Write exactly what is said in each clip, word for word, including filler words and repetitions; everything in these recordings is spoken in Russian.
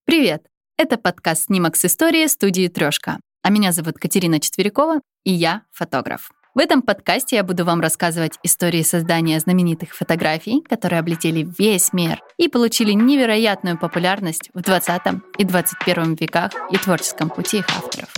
Привет! Это подкаст «Снимок с истории» студии «Трёшка». А меня зовут Катерина Четверякова, и я фотограф. В этом подкасте я буду вам рассказывать истории создания знаменитых фотографий, которые облетели весь мир и получили невероятную популярность в двадцатом и двадцать первом веках и творческом пути их авторов.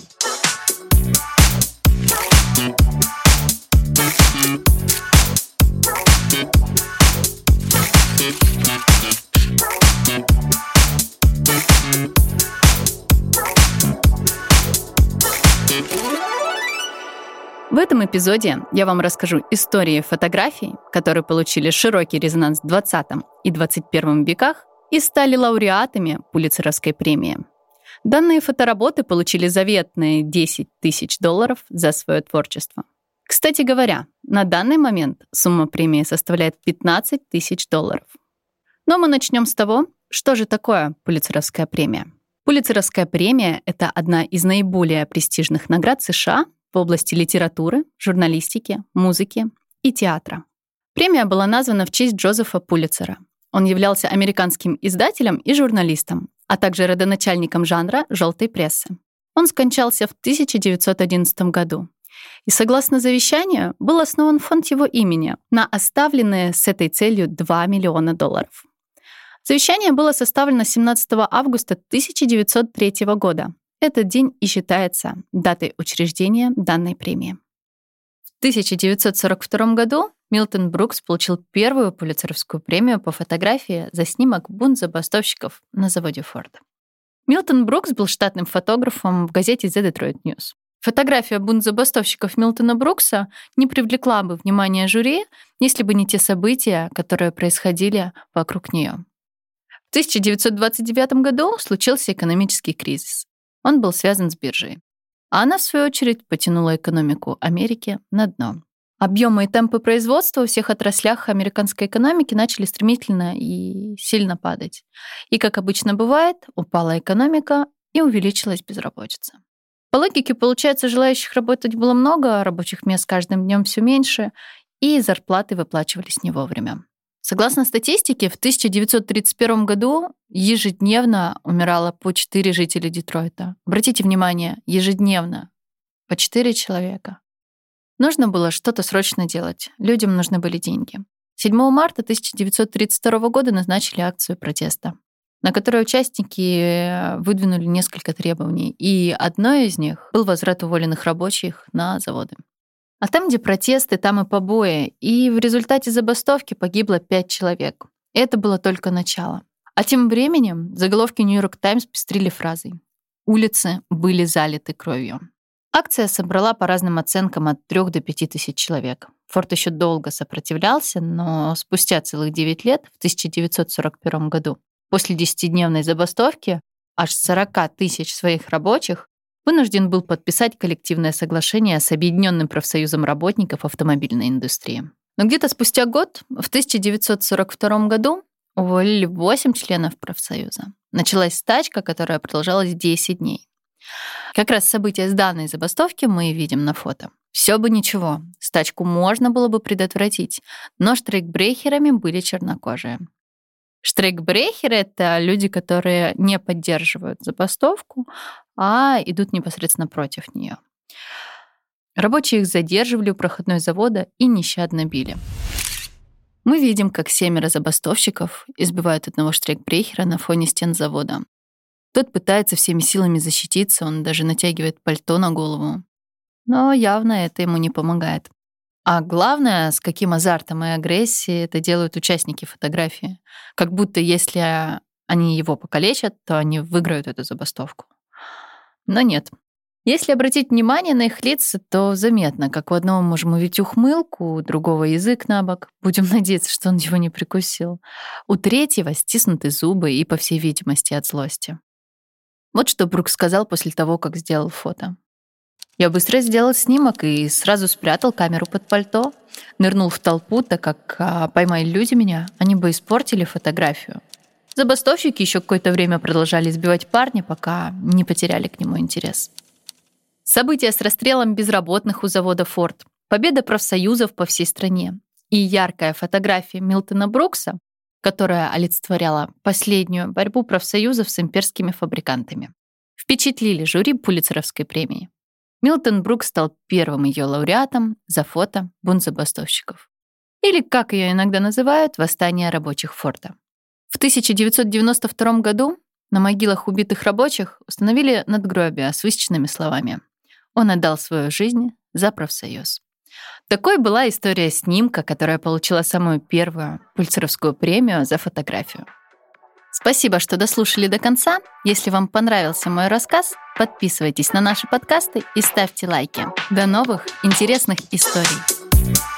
В этом эпизоде я вам расскажу истории фотографий, которые получили широкий резонанс в двадцатом и двадцать первом веках и стали лауреатами Пулитцеровской премии. Данные фотоработы получили заветные десять тысяч долларов за свое творчество. Кстати говоря, на данный момент сумма премии составляет пятнадцать тысяч долларов. Но мы начнем с того, что же такое Пулитцеровская премия. Пулитцеровская премия — это одна из наиболее престижных наград США в области литературы, журналистики, музыки и театра. Премия была названа в честь Джозефа Пулитцера. Он являлся американским издателем и журналистом, а также родоначальником жанра желтой прессы. Он скончался в тысяча девятьсот одиннадцатом году. И, согласно завещанию, был основан фонд его имени на оставленные с этой целью два миллиона долларов. Завещание было составлено семнадцатого августа тысяча девятьсот третьего года. Этот день и считается датой учреждения данной премии. В тысяча девятьсот сорок втором году Милтон Брукс получил первую Пулитцеровскую премию по фотографии за снимок «Бунт забастовщиков» на заводе Форда. Милтон Брукс был штатным фотографом в газете The Detroit News. Фотография «Бунт забастовщиков» Милтона Брукса не привлекла бы внимание жюри, если бы не те события, которые происходили вокруг нее. В тысяча девятьсот двадцать девятом году случился экономический кризис. Он был связан с биржей. А она, в свою очередь, потянула экономику Америки на дно. Объемы и темпы производства во всех отраслях американской экономики начали стремительно и сильно падать. И, как обычно бывает, упала экономика и увеличилась безработица. По логике, получается, желающих работать было много, рабочих мест с каждым днем все меньше, и зарплаты выплачивались не вовремя. Согласно статистике, в тысяча девятьсот тридцать первом году ежедневно умирало по четыре жителя Детройта. Обратите внимание, ежедневно по четыре человека. Нужно было что-то срочно делать. Людям нужны были деньги. седьмого марта тысяча девятьсот тридцать второго года назначили акцию протеста, на которой участники выдвинули несколько требований, и одно из них был возврат уволенных рабочих на заводы. А там, где протесты, там и побои. И в результате забастовки погибло пять человек. И это было только начало. А тем временем заголовки «Нью-Йорк Таймс» пестрили фразой: «Улицы были залиты кровью». Акция собрала по разным оценкам от трёх до пяти тысяч человек. Форд еще долго сопротивлялся, но спустя целых девять лет, в тысяча девятьсот сорок первом году, после десятидневной забастовки, аж сорок тысяч своих рабочих вынужден был подписать коллективное соглашение с Объединенным профсоюзом работников автомобильной индустрии. Но где-то спустя год, в тысяча девятьсот сорок втором году, уволили восемь членов профсоюза. Началась стачка, которая продолжалась десять дней. Как раз события с данной забастовки мы и видим на фото. Все бы ничего, стачку можно было бы предотвратить, но штрейкбрехерами были чернокожие. Штрейкбрехеры — это люди, которые не поддерживают забастовку, а идут непосредственно против нее. Рабочие их задерживали у проходной завода и нещадно били. Мы видим, как семеро забастовщиков избивают одного штрейкбрехера на фоне стен завода. Тот пытается всеми силами защититься, он даже натягивает пальто на голову. Но явно это ему не помогает. А главное, с каким азартом и агрессией это делают участники фотографии. Как будто если они его покалечат, то они выиграют эту забастовку. Но нет. Если обратить внимание на их лица, то заметно, как у одного можем увидеть ухмылку, у другого язык на бок. Будем надеяться, что он его не прикусил. У третьего стиснуты зубы и, по всей видимости, от злости. Вот что Брукс сказал после того, как сделал фото. Я быстро сделал снимок и сразу спрятал камеру под пальто. Нырнул в толпу, так как а, поймали люди меня, они бы испортили фотографию. Забастовщики еще какое-то время продолжали избивать парня, пока не потеряли к нему интерес. События с расстрелом безработных у завода Форд, победа профсоюзов по всей стране и яркая фотография Милтона Брукса которая олицетворяла последнюю борьбу профсоюзов с имперскими фабрикантами. Впечатлили жюри Пулитцеровской премии. Милтон Брукс стал первым ее лауреатом за фото «Бунт забастовщиков». Или, как ее иногда называют, «Восстание рабочих Форда». В тысяча девятьсот девяносто втором году на могилах убитых рабочих установили надгробия с высеченными словами: «Он отдал свою жизнь за профсоюз». Такой была история снимка, которая получила самую первую Пулитцеровскую премию за фотографию. Спасибо, что дослушали до конца. Если вам понравился мой рассказ, подписывайтесь на наши подкасты и ставьте лайки. До новых интересных историй!